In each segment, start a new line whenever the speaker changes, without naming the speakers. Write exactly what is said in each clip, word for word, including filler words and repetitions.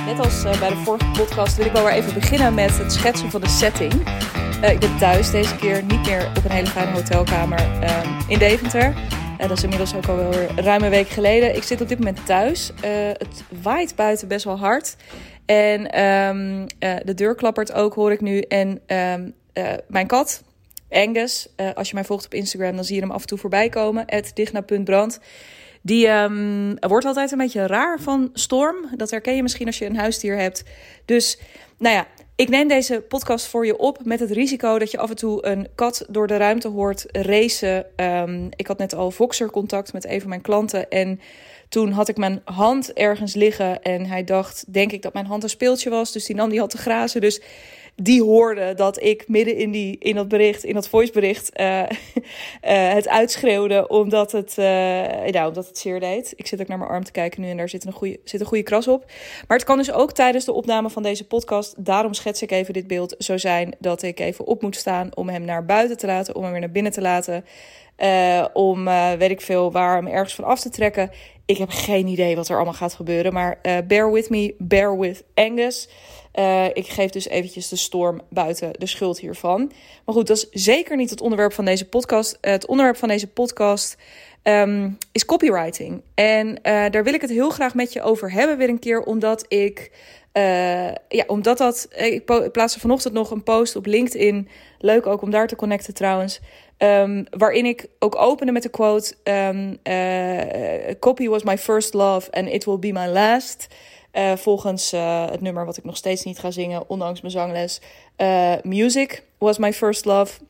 Net als uh, bij de vorige podcast wil ik wel weer even beginnen met het schetsen van de setting. Uh, ik ben thuis, deze keer niet meer op een hele fijne hotelkamer uh, in Deventer. Uh, dat is inmiddels ook al wel weer ruim een week geleden. Ik zit op dit moment thuis. Uh, het waait buiten best wel hard. En um, uh, de deur klappert ook, hoor ik nu. En um, uh, mijn kat, Angus, uh, als je mij volgt op Instagram, dan zie je hem af en toe voorbij komen. at digna punt brand. Die um, wordt altijd een beetje raar van storm. Dat herken je misschien als je een huisdier hebt. Dus, nou ja, ik neem deze podcast voor je op met het risico dat je af en toe een kat door de ruimte hoort racen. Um, ik had net al Voxer contact met een van mijn klanten en toen had ik mijn hand ergens liggen en hij dacht, denk ik, dat mijn hand een speeltje was. Dus die nam die had te grazen. Dus die hoorde dat ik midden in, die, in dat bericht, in dat voicebericht, uh, uh, het uitschreeuwde omdat het, uh, nou, omdat het zeer deed. Ik zit ook naar mijn arm te kijken nu en daar zit een, goede, zit een goede kras op. Maar het kan dus ook tijdens de opname van deze podcast, daarom schets ik even dit beeld, zo zijn dat ik even op moet staan om hem naar buiten te laten, om hem weer naar binnen te laten. Uh, om, uh, weet ik veel, waar hem ergens van af te trekken. Ik heb geen idee wat er allemaal gaat gebeuren. Maar uh, bear with me, bear with Angus. Uh, ik geef dus eventjes de storm buiten de schuld hiervan. Maar goed, dat is zeker niet het onderwerp van deze podcast. Uh, het onderwerp van deze podcast um, is copywriting. En uh, daar wil ik het heel graag met je over hebben weer een keer. Omdat ik, uh, ja, omdat dat, ik, po- ik plaatste vanochtend nog een post op LinkedIn. Leuk ook om daar te connecten trouwens. Um, waarin ik ook opende met de quote, um, uh, copy was my first love and it will be my last. Uh, volgens uh, het nummer wat ik nog steeds niet ga zingen, ondanks mijn zangles. Uh, music was my first love.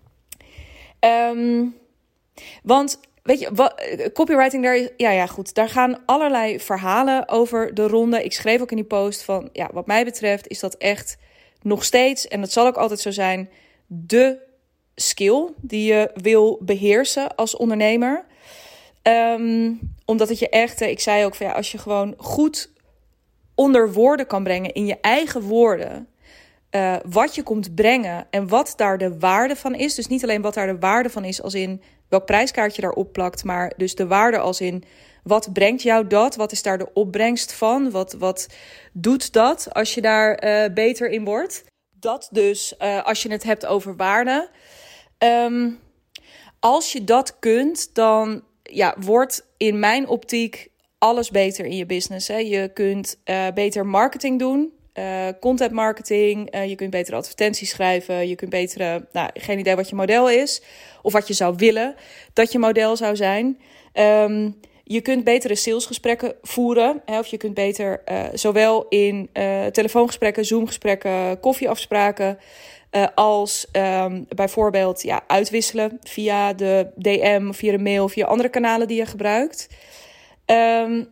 Um, want, weet je, wat, copywriting, daar is, ja, ja, goed. Daar gaan allerlei verhalen over de ronde. Ik schreef ook in die post van, ja, wat mij betreft is dat echt nog steeds, en dat zal ook altijd zo zijn, de skill die je wil beheersen als ondernemer. Um, omdat het je echt, ik zei ook van ja, als je gewoon goed onder woorden kan brengen, in je eigen woorden, uh, wat je komt brengen en wat daar de waarde van is. Dus niet alleen wat daar de waarde van is als in welk prijskaartje daarop plakt, maar dus de waarde als in wat brengt jou dat? Wat is daar de opbrengst van? Wat, wat doet dat als je daar uh, beter in wordt? Dat dus, uh, als je het hebt over waarde. Um, als je dat kunt, dan ja, wordt in mijn optiek alles beter in je business. Hè. Je kunt uh, beter marketing doen, uh, content marketing. Uh, je kunt betere advertenties schrijven. Je kunt betere, nou, geen idee wat je model is. Of wat je zou willen dat je model zou zijn. Um, je kunt betere salesgesprekken voeren. Hè, of je kunt beter uh, zowel in uh, telefoongesprekken, Zoomgesprekken, koffieafspraken, Uh, als um, bijvoorbeeld ja, uitwisselen via de D M, via de mail, via andere kanalen die je gebruikt. Um,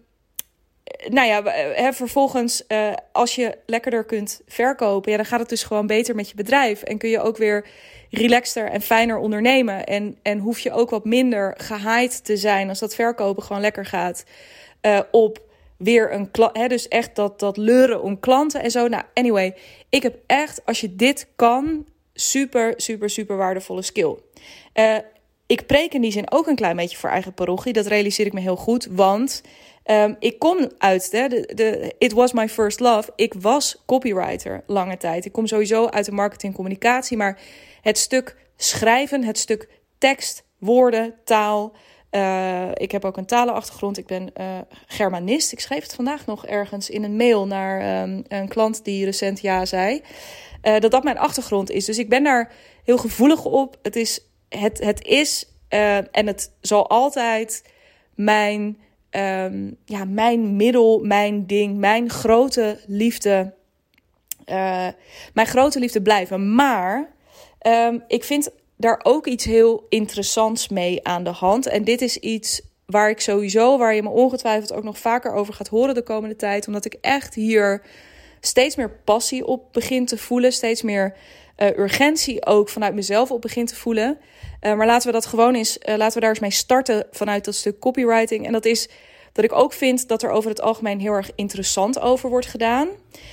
nou ja, he, vervolgens uh, als je lekkerder kunt verkopen, ja, dan gaat het dus gewoon beter met je bedrijf. En kun je ook weer relaxter en fijner ondernemen. En, en hoef je ook wat minder gehaaid te zijn als dat verkopen gewoon lekker gaat uh, op weer een klant, hè, dus echt dat, dat leuren om klanten en zo. Nou, anyway, ik heb echt, als je dit kan, super, super, super waardevolle skill. Uh, ik preek in die zin ook een klein beetje voor eigen parochie. Dat realiseer ik me heel goed, want um, ik kom uit, hè, de, de, it was my first love. Ik was copywriter lange tijd. Ik kom sowieso uit de marketing en communicatie, maar het stuk schrijven, het stuk tekst, woorden, taal. Uh, ik heb ook een talenachtergrond. Ik ben uh, Germanist. Ik schreef het vandaag nog ergens in een mail naar um, een klant die recent ja zei. Uh, dat dat mijn achtergrond is. Dus ik ben daar heel gevoelig op. Het is, het, het is uh, en het zal altijd mijn, um, ja, mijn middel, mijn ding, mijn grote liefde, uh, mijn grote liefde blijven. Maar um, ik vind daar ook iets heel interessants mee aan de hand. En dit is iets waar ik sowieso, waar je me ongetwijfeld ook nog vaker over gaat horen de komende tijd. Omdat ik echt hier steeds meer passie op begin te voelen. Steeds meer uh, urgentie ook vanuit mezelf op begin te voelen. Uh, maar laten we dat gewoon eens, uh, laten we daar eens mee starten vanuit dat stuk copywriting. En dat is dat ik ook vind dat er over het algemeen heel erg interessant over wordt gedaan.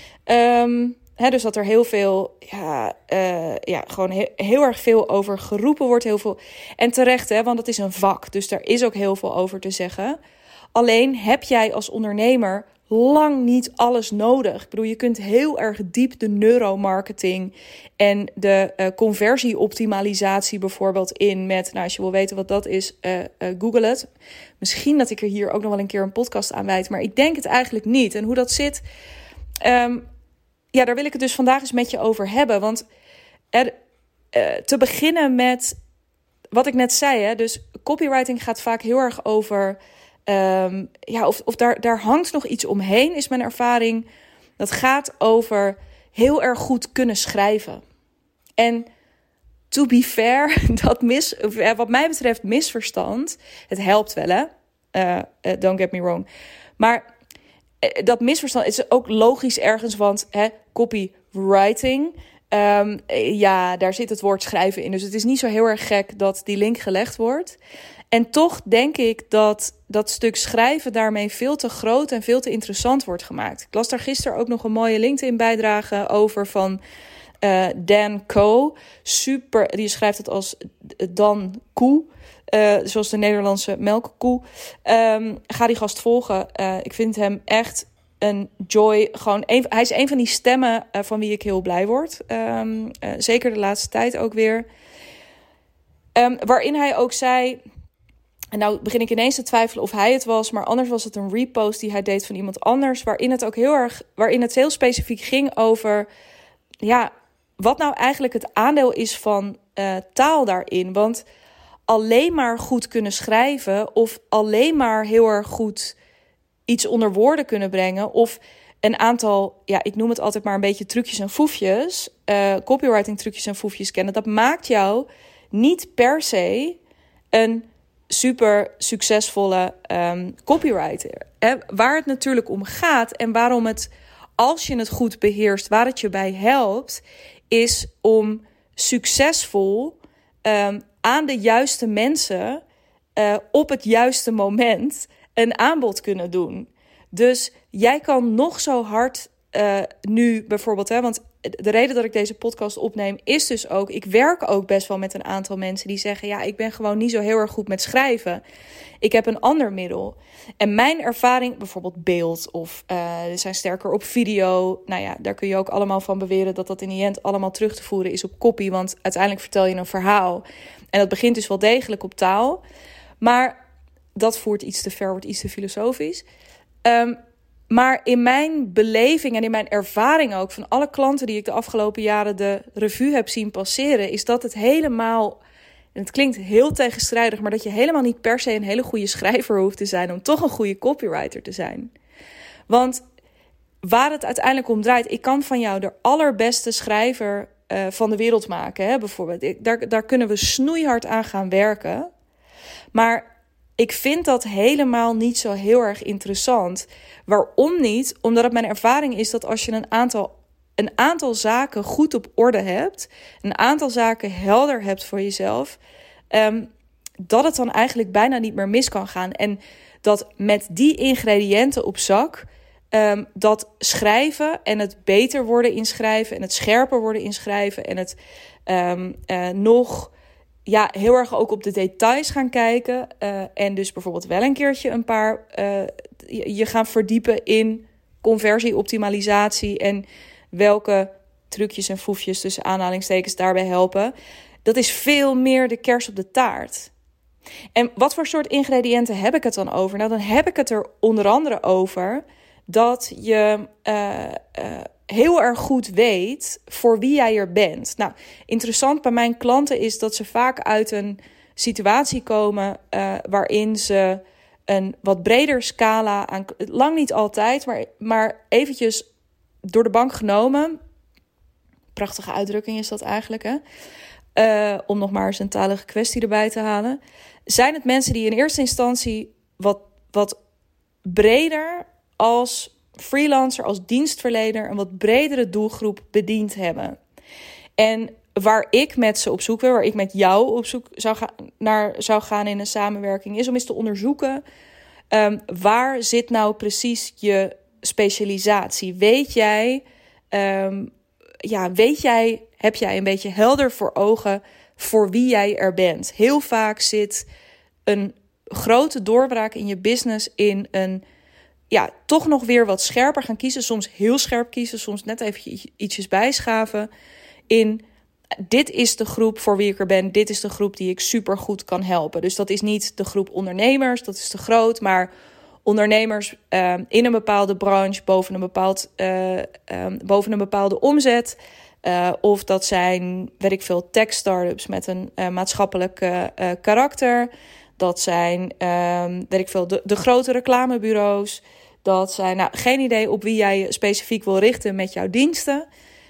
Um, He, dus dat er heel veel, ja, uh, ja gewoon he- heel erg veel over geroepen wordt. Heel veel. En terecht, hè, want het is een vak. Dus daar is ook heel veel over te zeggen. Alleen heb jij als ondernemer lang niet alles nodig. Ik bedoel, je kunt heel erg diep de neuromarketing en de uh, conversieoptimalisatie bijvoorbeeld in met, nou als je wil weten wat dat is, uh, uh, Google het. Misschien dat ik er hier ook nog wel een keer een podcast aan wijd, maar ik denk het eigenlijk niet. En hoe dat zit, um, ja, daar wil ik het dus vandaag eens met je over hebben. Want er, uh, te beginnen met wat ik net zei, hè, dus copywriting gaat vaak heel erg over, um, ja, of, of daar, daar hangt nog iets omheen, is mijn ervaring. Dat gaat over heel erg goed kunnen schrijven. En to be fair, dat mis, wat mij betreft misverstand, het helpt wel, hè? Uh, uh, don't get me wrong. Maar uh, dat misverstand is ook logisch ergens, want hè, copywriting, um, ja, daar zit het woord schrijven in. Dus het is niet zo heel erg gek dat die link gelegd wordt. En toch denk ik dat dat stuk schrijven daarmee veel te groot en veel te interessant wordt gemaakt. Ik las daar gisteren ook nog een mooie LinkedIn-bijdrage over van uh, Dan Koe. Super, die schrijft het als Dan Koe, uh, zoals de Nederlandse melkkoe. Um, ga die gast volgen. Uh, ik vind hem echt een joy. Gewoon een, hij is een van die stemmen uh, van wie ik heel blij word. Um, uh, zeker de laatste tijd ook weer. Um, waarin hij ook zei, en nou begin ik ineens te twijfelen of hij het was, maar anders was het een repost die hij deed van iemand anders, waarin het ook heel erg, waarin het heel specifiek ging over, ja, wat nou eigenlijk het aandeel is van uh, taal daarin. Want alleen maar goed kunnen schrijven of alleen maar heel erg goed iets onder woorden kunnen brengen of een aantal, ja, ik noem het altijd maar een beetje trucjes en foefjes, uh, copywriting trucjes en foefjes kennen, dat maakt jou niet per se een super succesvolle um, copywriter. Hè? Waar het natuurlijk om gaat en waarom het, als je het goed beheerst, waar het je bij helpt, is om succesvol um, aan de juiste mensen uh, op het juiste moment een aanbod kunnen doen. Dus jij kan nog zo hard uh, nu bijvoorbeeld, hè, want de reden dat ik deze podcast opneem is dus ook, ik werk ook best wel met een aantal mensen die zeggen, ja, ik ben gewoon niet zo heel erg goed met schrijven. Ik heb een ander middel. En mijn ervaring, bijvoorbeeld beeld of uh, zijn sterker op video. Nou ja, daar kun je ook allemaal van beweren dat dat in die end allemaal terug te voeren is op copy. Want uiteindelijk vertel je een verhaal. En dat begint dus wel degelijk op taal. Maar dat voert iets te ver, wordt iets te filosofisch. Um, Maar in mijn beleving en in mijn ervaring ook van alle klanten die ik de afgelopen jaren de revue heb zien passeren, is dat het helemaal, en het klinkt heel tegenstrijdig, maar dat je helemaal niet per se een hele goede schrijver hoeft te zijn om toch een goede copywriter te zijn. Want waar het uiteindelijk om draait, ik kan van jou de allerbeste schrijver uh, van de wereld maken, hè, bijvoorbeeld. Ik, daar, daar kunnen we snoeihard aan gaan werken. Maar ik vind dat helemaal niet zo heel erg interessant. Waarom niet? Omdat het mijn ervaring is dat als je een aantal, een aantal zaken goed op orde hebt, een aantal zaken helder hebt voor jezelf, um, dat het dan eigenlijk bijna niet meer mis kan gaan. En dat met die ingrediënten op zak, um, dat schrijven en het beter worden in schrijven en het scherper worden in schrijven en het um, uh, nog, ja, heel erg ook op de details gaan kijken. Uh, en dus bijvoorbeeld wel een keertje een paar, uh, je gaan verdiepen in conversieoptimalisatie en welke trucjes en foefjes tussen aanhalingstekens daarbij helpen. Dat is veel meer de kers op de taart. En wat voor soort ingrediënten heb ik het dan over? Nou, dan heb ik het er onder andere over dat je uh, uh, heel erg goed weet voor wie jij er bent. Nou, interessant bij mijn klanten is dat ze vaak uit een situatie komen uh, waarin ze een wat breder scala aan, lang niet altijd, maar, maar eventjes door de bank genomen. Prachtige uitdrukking is dat eigenlijk, hè? Uh, om nog maar eens een talige kwestie erbij te halen. Zijn het mensen die in eerste instantie wat, wat breder als freelancer, als dienstverlener, een wat bredere doelgroep bediend hebben. En waar ik met ze op zoek ben, waar ik met jou op zoek zou gaan, naar zou gaan in een samenwerking, is om eens te onderzoeken, um, waar zit nou precies je specialisatie? Weet jij, um, ja, weet jij, heb jij een beetje helder voor ogen voor wie jij er bent? Heel vaak zit een grote doorbraak in je business in een ja, toch nog weer wat scherper gaan kiezen. Soms heel scherp kiezen, soms net even ietsjes bijschaven. In, dit is de groep voor wie ik er ben. Dit is de groep die ik super goed kan helpen. Dus dat is niet de groep ondernemers, dat is te groot. Maar ondernemers uh, in een bepaalde branche, boven een, bepaald, uh, um, boven een bepaalde omzet. Uh, of dat zijn, weet ik veel, tech-startups met een uh, maatschappelijk uh, uh, karakter. Dat zijn, um, weet ik veel, de, de grote reclamebureaus. Dat zijn, nou, geen idee op wie jij je specifiek wil richten met jouw diensten.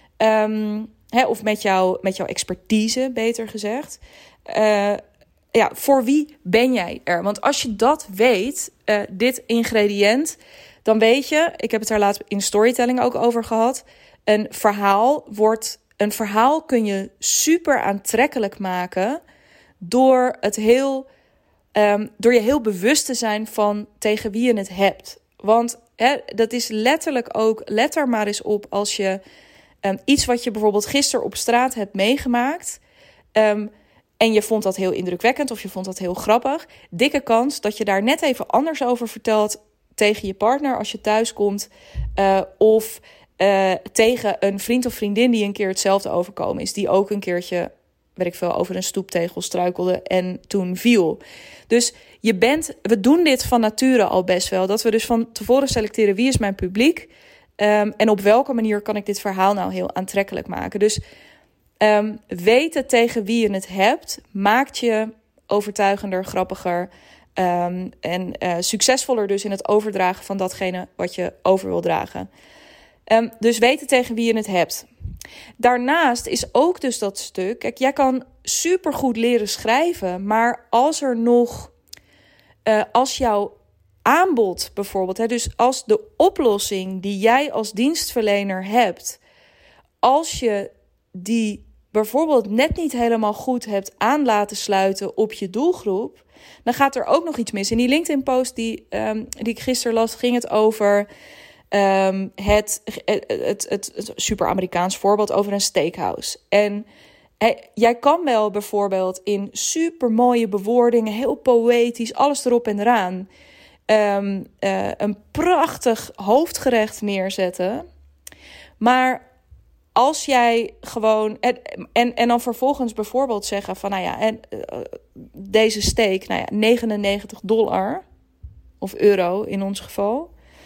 Um, hè, of met, jou, met jouw expertise, beter gezegd. Uh, ja, voor wie ben jij er? Want als je dat weet, uh, dit ingrediënt, dan weet je, ik heb het daar laatst in storytelling ook over gehad. Een verhaal wordt, een verhaal kun je super aantrekkelijk maken door het heel, um, door je heel bewust te zijn van tegen wie je het hebt. Want hè, dat is letterlijk ook, let er maar eens op als je um, iets wat je bijvoorbeeld gisteren op straat hebt meegemaakt, um, en je vond dat heel indrukwekkend of je vond dat heel grappig, dikke kans dat je daar net even anders over vertelt tegen je partner als je thuis komt, uh, of uh, tegen een vriend of vriendin die een keer hetzelfde overkomen is, die ook een keertje, weet ik veel, over een stoeptegel struikelde en toen viel. Dus je bent, we doen dit van nature al best wel, dat we dus van tevoren selecteren wie is mijn publiek, um, en op welke manier kan ik dit verhaal nou heel aantrekkelijk maken. Dus um, weten tegen wie je het hebt maakt je overtuigender, grappiger, um, en uh, succesvoller dus in het overdragen van datgene wat je over wil dragen. Um, dus weten tegen wie je het hebt. Daarnaast is ook dus dat stuk, kijk, jij kan supergoed leren schrijven, maar als er nog, uh, als jouw aanbod bijvoorbeeld, hè, dus als de oplossing die jij als dienstverlener hebt, als je die bijvoorbeeld net niet helemaal goed hebt aan laten sluiten op je doelgroep, dan gaat er ook nog iets mis. In die LinkedIn-post die, um, die ik gisteren las, ging het over Um, het, het, het, het, het super Amerikaans voorbeeld over een steakhouse. En he, jij kan wel bijvoorbeeld in super mooie bewoordingen, heel poëtisch, alles erop en eraan, um, uh, een prachtig hoofdgerecht neerzetten. Maar als jij gewoon, en, en, en dan vervolgens bijvoorbeeld zeggen van, nou ja, en, uh, deze steak, nou ja, negenennegentig dollar of euro in ons geval.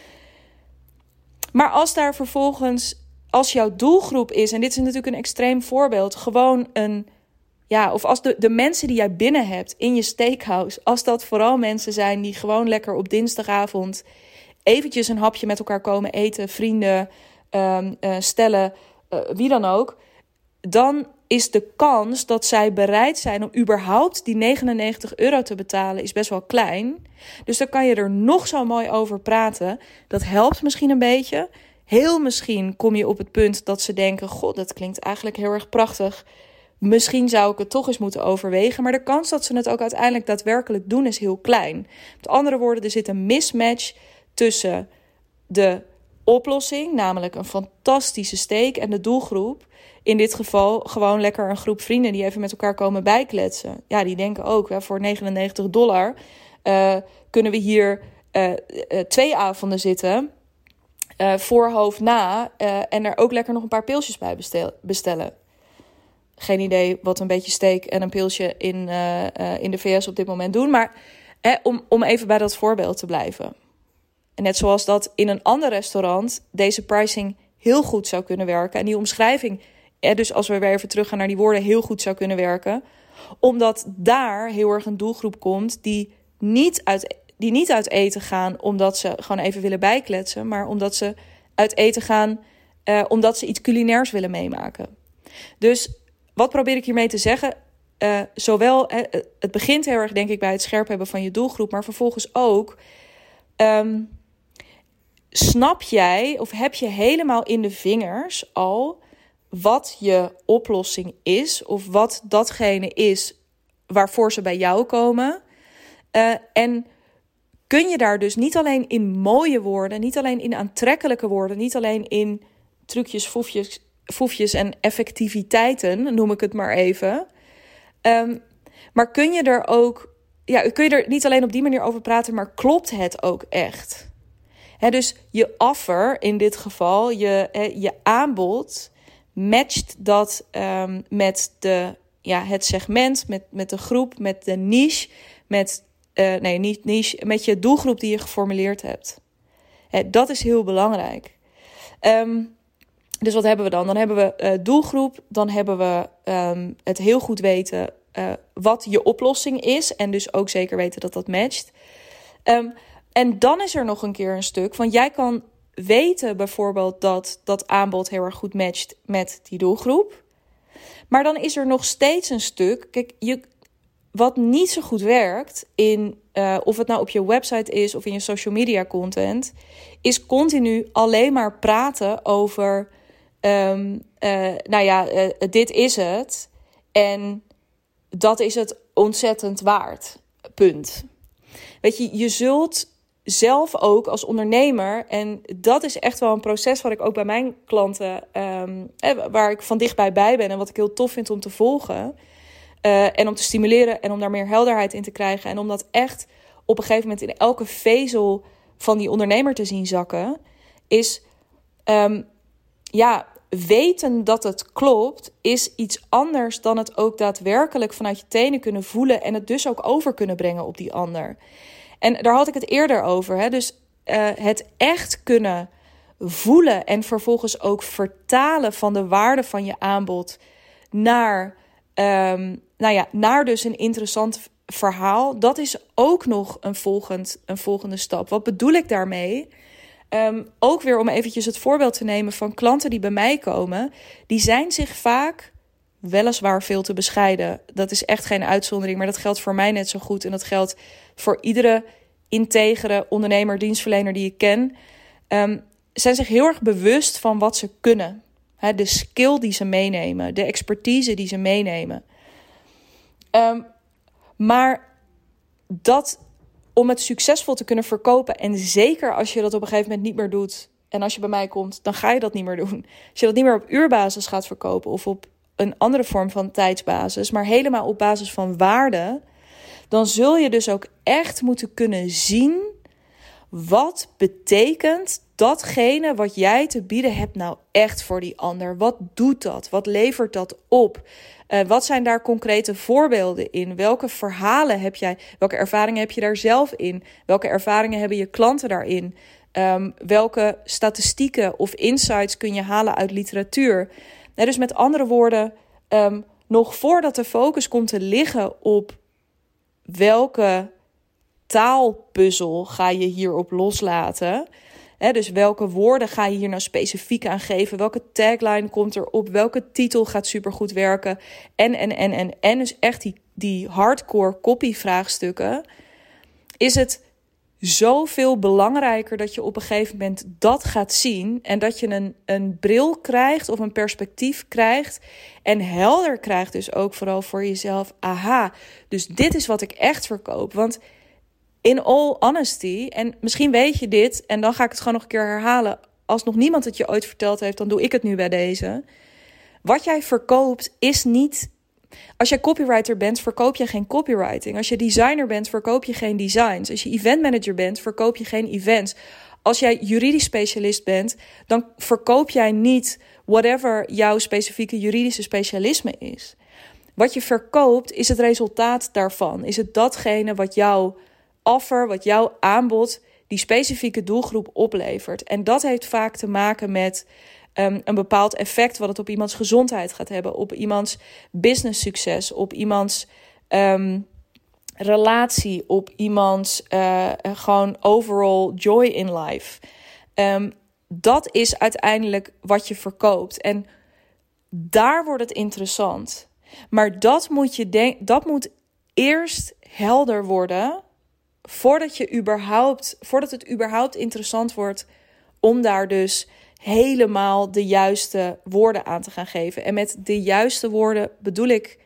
Maar als daar vervolgens, als jouw doelgroep is, en dit is natuurlijk een extreem voorbeeld, gewoon een, ja, of als de, de mensen die jij binnen hebt in je steakhouse, als dat vooral mensen zijn die gewoon lekker op dinsdagavond eventjes een hapje met elkaar komen eten, vrienden, um, uh, stellen, uh, wie dan ook, dan is de kans dat zij bereid zijn om überhaupt die negenennegentig euro te betalen is best wel klein. Dus dan kan je er nog zo mooi over praten. Dat helpt misschien een beetje. Heel misschien kom je op het punt dat ze denken, god, dat klinkt eigenlijk heel erg prachtig. Misschien zou ik het toch eens moeten overwegen. Maar de kans dat ze het ook uiteindelijk daadwerkelijk doen is heel klein. Met andere woorden, er zit een mismatch tussen de oplossing, namelijk een fantastische steak, en de doelgroep. In dit geval gewoon lekker een groep vrienden die even met elkaar komen bijkletsen. Ja, die denken ook, hè, voor negenennegentig dollar uh, kunnen we hier uh, uh, twee avonden zitten, uh, voor hoofd na, uh, en er ook lekker nog een paar pilsjes bij bestel- bestellen. Geen idee wat een beetje steak en een pilsje in, uh, uh, in de V S op dit moment doen. Maar hè, om, om even bij dat voorbeeld te blijven. En net zoals dat in een ander restaurant deze pricing heel goed zou kunnen werken. En die omschrijving, hè, dus als we weer even teruggaan naar die woorden, heel goed zou kunnen werken. Omdat daar heel erg een doelgroep komt die niet uit, die niet uit eten gaan omdat ze gewoon even willen bijkletsen. Maar omdat ze uit eten gaan uh, omdat ze iets culinairs willen meemaken. Dus wat probeer ik hiermee te zeggen? Uh, zowel, uh, het begint heel erg denk ik bij het scherp hebben van je doelgroep. Maar vervolgens ook, Um, snap jij of heb je helemaal in de vingers al wat je oplossing is, of wat datgene is waarvoor ze bij jou komen? Uh, en kun je daar dus niet alleen in mooie woorden, niet alleen in aantrekkelijke woorden, niet alleen in trucjes, foefjes, foefjes en effectiviteiten, noem ik het maar even. Um, maar kun je er ook, ja, kun je er niet alleen op die manier over praten, maar klopt het ook echt? He, dus je offer, in dit geval, je, he, je aanbod, matcht dat um, met de, ja, het segment, met, met de groep, met de niche, met, uh, nee, niet niche, met je doelgroep die je geformuleerd hebt. He, dat is heel belangrijk. Um, dus wat hebben we dan? Dan hebben we uh, doelgroep, dan hebben we um, het heel goed weten uh, wat je oplossing is en dus ook zeker weten dat dat matcht. Um, en dan is er nog een keer een stuk van jij kan weten bijvoorbeeld dat dat aanbod heel erg goed matcht met die doelgroep. Maar dan is er nog steeds een stuk, kijk, je, wat niet zo goed werkt in uh, of het nou op je website is of in je social media content, is continu alleen maar praten over, um, uh, nou ja, uh, dit is het en dat is het ontzettend waard. Punt. Weet je, je zult zelf ook als ondernemer, en dat is echt wel een proces wat ik ook bij mijn klanten, um, waar ik van dichtbij bij ben en wat ik heel tof vind om te volgen uh, en om te stimuleren en om daar meer helderheid in te krijgen en om dat echt op een gegeven moment in elke vezel van die ondernemer te zien zakken, is um, ja, weten dat het klopt is iets anders dan het ook daadwerkelijk vanuit je tenen kunnen voelen en het dus ook over kunnen brengen op die ander. En daar had ik het eerder over. Hè? Dus uh, het echt kunnen voelen en vervolgens ook vertalen van de waarde van je aanbod naar, um, nou ja, naar dus een interessant verhaal. Dat is ook nog een, volgend, een volgende stap. Wat bedoel ik daarmee? Um, ook weer om eventjes het voorbeeld te nemen van klanten die bij mij komen. Die zijn zich vaak weliswaar veel te bescheiden. Dat is echt geen uitzondering, maar dat geldt voor mij net zo goed. En dat geldt voor iedere integere ondernemer, dienstverlener die ik ken. Um, zijn zich heel erg bewust van wat ze kunnen. He, de skill die ze meenemen, de expertise die ze meenemen. Um, maar dat om het succesvol te kunnen verkopen, en zeker als je dat op een gegeven moment niet meer doet, en als je bij mij komt, dan ga je dat niet meer doen. Als je dat niet meer op uurbasis gaat verkopen of op een andere vorm van tijdsbasis, maar helemaal op basis van waarde, dan zul je dus ook echt moeten kunnen zien wat betekent datgene wat jij te bieden hebt nou echt voor die ander. Wat doet dat? Wat levert dat op? Uh, wat zijn daar concrete voorbeelden in? Welke verhalen heb jij? Welke ervaringen heb je daar zelf in? Welke ervaringen hebben je klanten daarin? Um, welke statistieken of insights kun je halen uit literatuur? Nou, dus met andere woorden, um, nog voordat de focus komt te liggen op welke taalpuzzel ga je hierop loslaten? He, dus welke woorden ga je hier nou specifiek aan geven? Welke tagline komt erop? Welke titel gaat supergoed werken? En, en, en, en, en dus echt die, die hardcore copy vraagstukken. Is het zoveel belangrijker dat je op een gegeven moment dat gaat zien en dat je een, een bril krijgt of een perspectief krijgt en helder krijgt dus ook vooral voor jezelf. Aha, dus dit is wat ik echt verkoop. Want in all honesty, en misschien weet je dit en dan ga ik het gewoon nog een keer herhalen. Als nog niemand het je ooit verteld heeft, dan doe ik het nu bij deze. Wat jij verkoopt is niet... Als jij copywriter bent, verkoop je geen copywriting. Als je designer bent, verkoop je geen designs. Als je eventmanager bent, verkoop je geen events. Als jij juridisch specialist bent, dan verkoop jij niet whatever jouw specifieke juridische specialisme is. Wat je verkoopt is het resultaat daarvan. Is het datgene wat jouw offer, wat jouw aanbod, die specifieke doelgroep oplevert. En dat heeft vaak te maken met Um, een bepaald effect wat het op iemands gezondheid gaat hebben, op iemands business succes, op iemands um, relatie, op iemands uh, gewoon overall joy in life. Um, dat is uiteindelijk wat je verkoopt. En daar wordt het interessant. Maar dat moet, je denk, dat moet eerst helder worden voordat, je überhaupt, voordat het überhaupt interessant wordt om daar dus helemaal de juiste woorden aan te gaan geven. En met de juiste woorden bedoel ik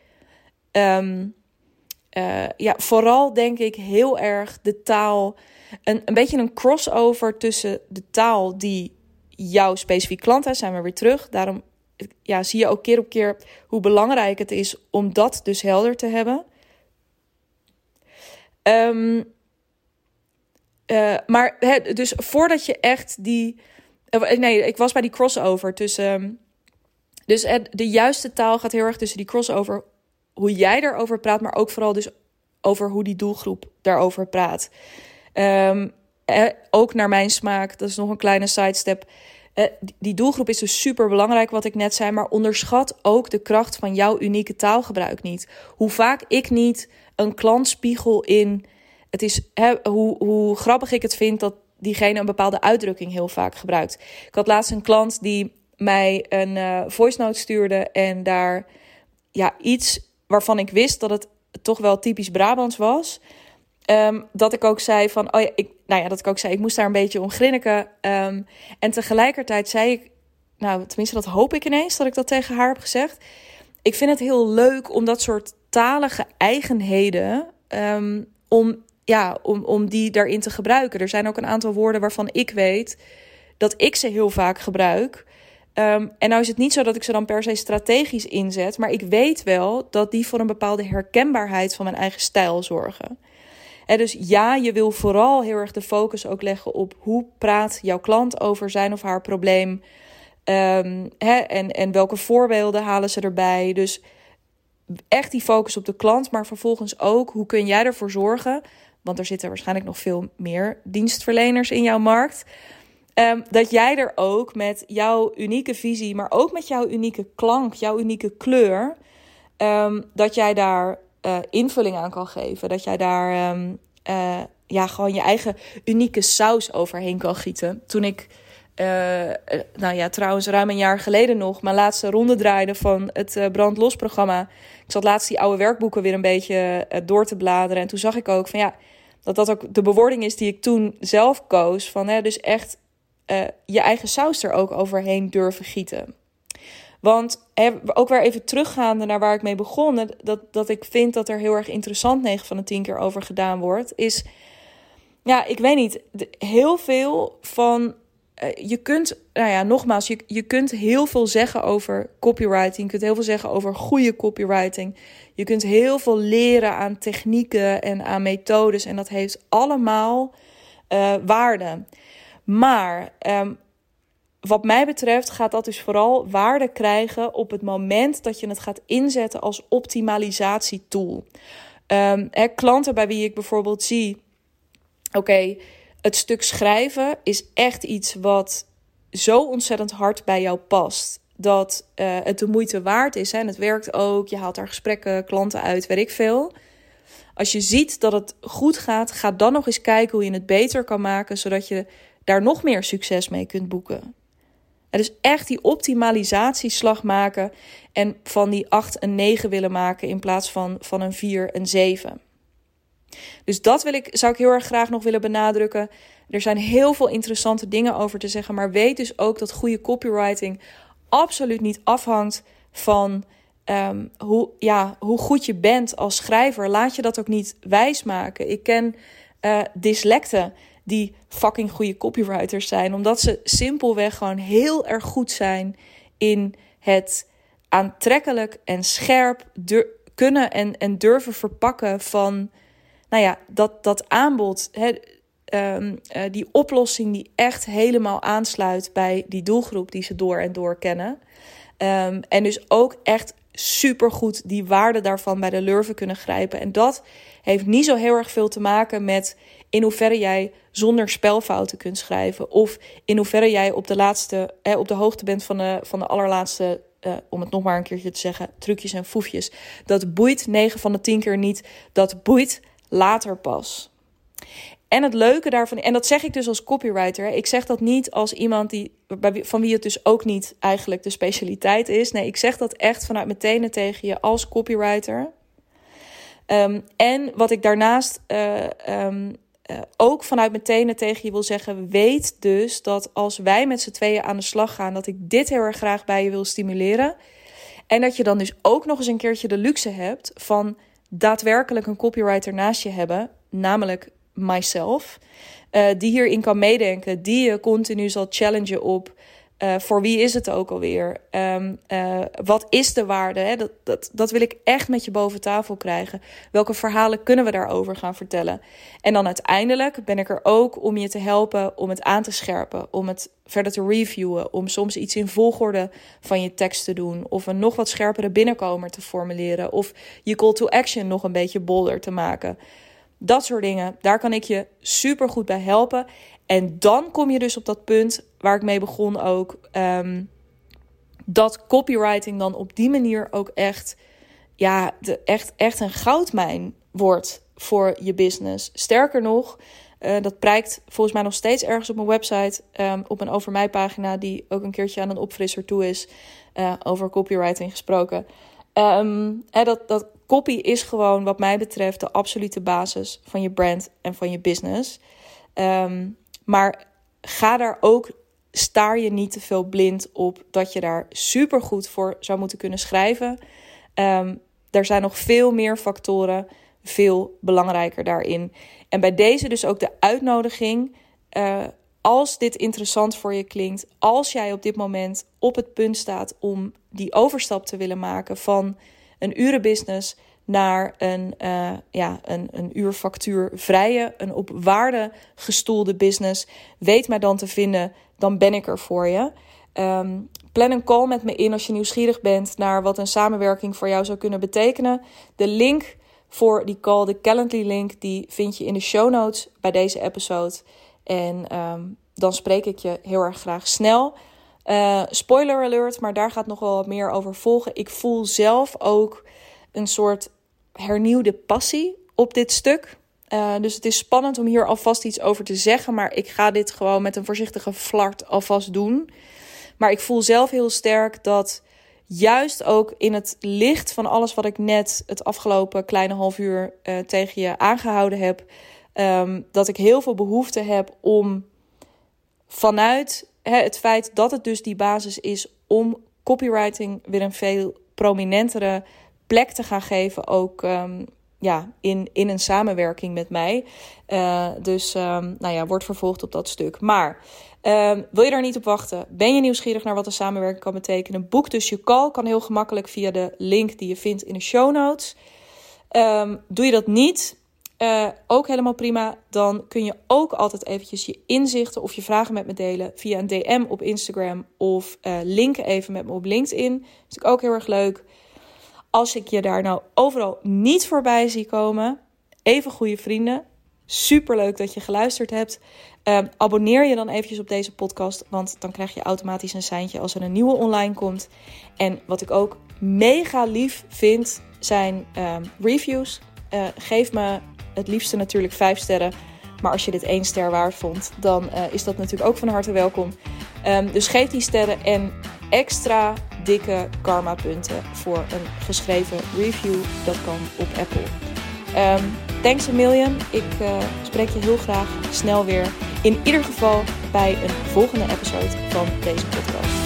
um, uh, ja, vooral denk ik heel erg de taal, een, een beetje een crossover tussen de taal die jouw specifiek klant heeft, zijn we weer terug. Daarom ja, zie je ook keer op keer hoe belangrijk het is om dat dus helder te hebben. Um, uh, maar he, dus voordat je echt die... Uh, nee, ik was bij die crossover tussen... Um, dus uh, de juiste taal gaat heel erg tussen die crossover... hoe jij daarover praat, maar ook vooral dus over hoe die doelgroep daarover praat. Um, uh, ook naar mijn smaak, dat is nog een kleine sidestep... Uh, die doelgroep is dus super belangrijk, wat ik net zei... maar onderschat ook de kracht van jouw unieke taalgebruik niet. Hoe vaak ik niet een klant spiegel in... Het is he, hoe, hoe grappig ik het vind dat diegene een bepaalde uitdrukking heel vaak gebruikt. Ik had laatst een klant die mij een uh, voice note stuurde... en daar ja, iets waarvan ik wist dat het toch wel typisch Brabants was... Um, dat ik ook zei van, oh ja, ik, nou ja, dat ik ook zei, ik moest daar een beetje om grinniken. Um, en tegelijkertijd zei ik, nou, tenminste, dat hoop ik ineens dat ik dat tegen haar heb gezegd. Ik vind het heel leuk om dat soort talige eigenheden, um, om, ja, om, om die daarin te gebruiken. Er zijn ook een aantal woorden waarvan ik weet dat ik ze heel vaak gebruik. Um, en nou is het niet zo dat ik ze dan per se strategisch inzet, maar ik weet wel dat die voor een bepaalde herkenbaarheid van mijn eigen stijl zorgen. En dus ja, je wil vooral heel erg de focus ook leggen op hoe praat jouw klant over zijn of haar probleem. Um, hè, en, en welke voorbeelden halen ze erbij. Dus echt die focus op de klant, maar vervolgens ook hoe kun jij ervoor zorgen, want er zitten waarschijnlijk nog veel meer dienstverleners in jouw markt, um, dat jij er ook met jouw unieke visie, maar ook met jouw unieke klank, jouw unieke kleur, um, dat jij daar Uh, invulling aan kan geven. Dat jij daar um, uh, ja, gewoon je eigen unieke saus overheen kan gieten. Toen ik, uh, uh, nou ja, trouwens ruim een jaar geleden nog... mijn laatste ronde draaide van het uh, Brand Los programma. Ik zat laatst die oude werkboeken weer een beetje uh, door te bladeren. En toen zag ik ook van ja, dat dat ook de bewoording is die ik toen zelf koos. Van hè, dus echt uh, je eigen saus er ook overheen durven gieten. Want he, ook weer even teruggaande naar waar ik mee begon, dat, dat ik vind dat er heel erg interessant negen van de tien keer over gedaan wordt, is, ja, ik weet niet, heel veel van, uh, je kunt, nou ja, nogmaals, je, je kunt heel veel zeggen over copywriting, je kunt heel veel zeggen over goede copywriting, je kunt heel veel leren aan technieken en aan methodes en dat heeft allemaal uh, waarde. Maar um, wat mij betreft gaat dat dus vooral waarde krijgen op het moment dat je het gaat inzetten als optimalisatietool. Um, hè, klanten bij wie ik bijvoorbeeld zie, oké, okay, het stuk schrijven is echt iets wat zo ontzettend hard bij jou past, dat uh, het de moeite waard is. Hè, en het werkt ook, je haalt daar gesprekken, klanten uit, weet ik veel. Als je ziet dat het goed gaat, ga dan nog eens kijken hoe je het beter kan maken, zodat je daar nog meer succes mee kunt boeken. En dus echt die optimalisatieslag maken en van die acht een negen willen maken in plaats van, van een vier een zeven. Dus dat wil ik, zou ik heel erg graag nog willen benadrukken. Er zijn heel veel interessante dingen over te zeggen, maar weet dus ook dat goede copywriting absoluut niet afhangt van um, hoe, ja, hoe goed je bent als schrijver. Laat je dat ook niet wijsmaken. Ik ken uh, dyslecten die fucking goede copywriters zijn, omdat ze simpelweg gewoon heel erg goed zijn in het aantrekkelijk en scherp dur- kunnen en, en durven verpakken van, nou ja, dat, dat aanbod, hè, um, uh, die oplossing die echt helemaal aansluit bij die doelgroep die ze door en door kennen. Um, en dus ook echt supergoed die waarde daarvan bij de lurven kunnen grijpen. En dat heeft niet zo heel erg veel te maken met in hoeverre jij zonder spelfouten kunt schrijven, of in hoeverre jij op de laatste, eh, op de hoogte bent van de, van de allerlaatste, uh, om het nog maar een keertje te zeggen, trucjes en foefjes. Dat boeit negen van de tien keer niet. Dat boeit later pas. En het leuke daarvan, en dat zeg ik dus als copywriter, ik zeg dat niet als iemand die, van wie het dus ook niet eigenlijk de specialiteit is. Nee, ik zeg dat echt vanuit mijn tenen tegen je als copywriter. Um, en wat ik daarnaast uh, um, uh, ook vanuit mijn tenen tegen je wil zeggen, weet dus dat als wij met z'n tweeën aan de slag gaan, dat ik dit heel erg graag bij je wil stimuleren. En dat je dan dus ook nog eens een keertje de luxe hebt van daadwerkelijk een copywriter naast je hebben, namelijk myself, uh, die hierin kan meedenken, die je continu zal challengen op Uh, voor wie is het ook alweer? Um, uh, wat is de waarde? Hè? Dat, dat, dat wil ik echt met je boven tafel krijgen. Welke verhalen kunnen we daarover gaan vertellen? En dan uiteindelijk ben ik er ook om je te helpen om het aan te scherpen. Om het verder te reviewen. Om soms iets in volgorde van je tekst te doen. Of een nog wat scherpere binnenkomer te formuleren. Of je call to action nog een beetje bolder te maken. Dat soort dingen, daar kan ik je super goed bij helpen. En dan kom je dus op dat punt waar ik mee begon ook. Um, dat copywriting dan op die manier ook echt, ja, de, echt, echt een goudmijn wordt voor je business. Sterker nog, uh, dat prijkt volgens mij nog steeds ergens op mijn website. Um, op een Over Mij pagina die ook een keertje aan een opfrisser toe is. Uh, over copywriting gesproken. Um, hè, dat, dat copy is gewoon wat mij betreft de absolute basis van je brand en van je business. Um, maar ga daar ook, staar je niet te veel blind op dat je daar supergoed voor zou moeten kunnen schrijven. Um, er zijn nog veel meer factoren, veel belangrijker daarin. En bij deze dus ook de uitnodiging, uh, als dit interessant voor je klinkt, als jij op dit moment op het punt staat om die overstap te willen maken van een urenbusiness naar een, uh, ja, een, een uurfactuurvrije, een op waarde gestoelde business, weet mij dan te vinden, dan ben ik er voor je. Um, plan een call met me in als je nieuwsgierig bent naar wat een samenwerking voor jou zou kunnen betekenen. De link voor die call, de Calendly link, die vind je in de show notes bij deze episode. En um, dan spreek ik je heel erg graag snel. Uh, spoiler alert, maar daar gaat nog wel wat meer over volgen. Ik voel zelf ook een soort hernieuwde passie op dit stuk. Uh, dus het is spannend om hier alvast iets over te zeggen. Maar ik ga dit gewoon met een voorzichtige flart alvast doen. Maar ik voel zelf heel sterk dat juist ook in het licht van alles wat ik net het afgelopen kleine half uur uh, tegen je aangehouden heb. Um, dat ik heel veel behoefte heb om vanuit hè, het feit dat het dus die basis is om copywriting weer een veel prominentere plek te gaan geven, ook um, ja, in, in een samenwerking met mij. Uh, dus um, nou ja, wordt vervolgd op dat stuk. Maar um, wil je daar niet op wachten? Ben je nieuwsgierig naar wat een samenwerking kan betekenen? Boek dus je call. Kan heel gemakkelijk via de link die je vindt in de show notes. Um, doe je dat niet? Uh, ook helemaal prima. Dan kun je ook altijd eventjes je inzichten of je vragen met me delen via een D M op Instagram of uh, linken even met me op LinkedIn. Dat is natuurlijk ook heel erg leuk. Als ik je daar nou overal niet voorbij zie komen, even goede vrienden. Superleuk dat je geluisterd hebt. Uh, abonneer je dan eventjes op deze podcast, want dan krijg je automatisch een seintje als er een nieuwe online komt. En wat ik ook mega lief vind, zijn uh, reviews. Uh, geef me het liefste natuurlijk vijf sterren. Maar als je dit één ster waard vond, dan uh, is dat natuurlijk ook van harte welkom. Um, dus geef die sterren en extra dikke karma punten voor een geschreven review. Dat kan op Apple. Um, thanks a million. Ik uh, spreek je heel graag snel weer. In ieder geval bij een volgende episode van deze podcast.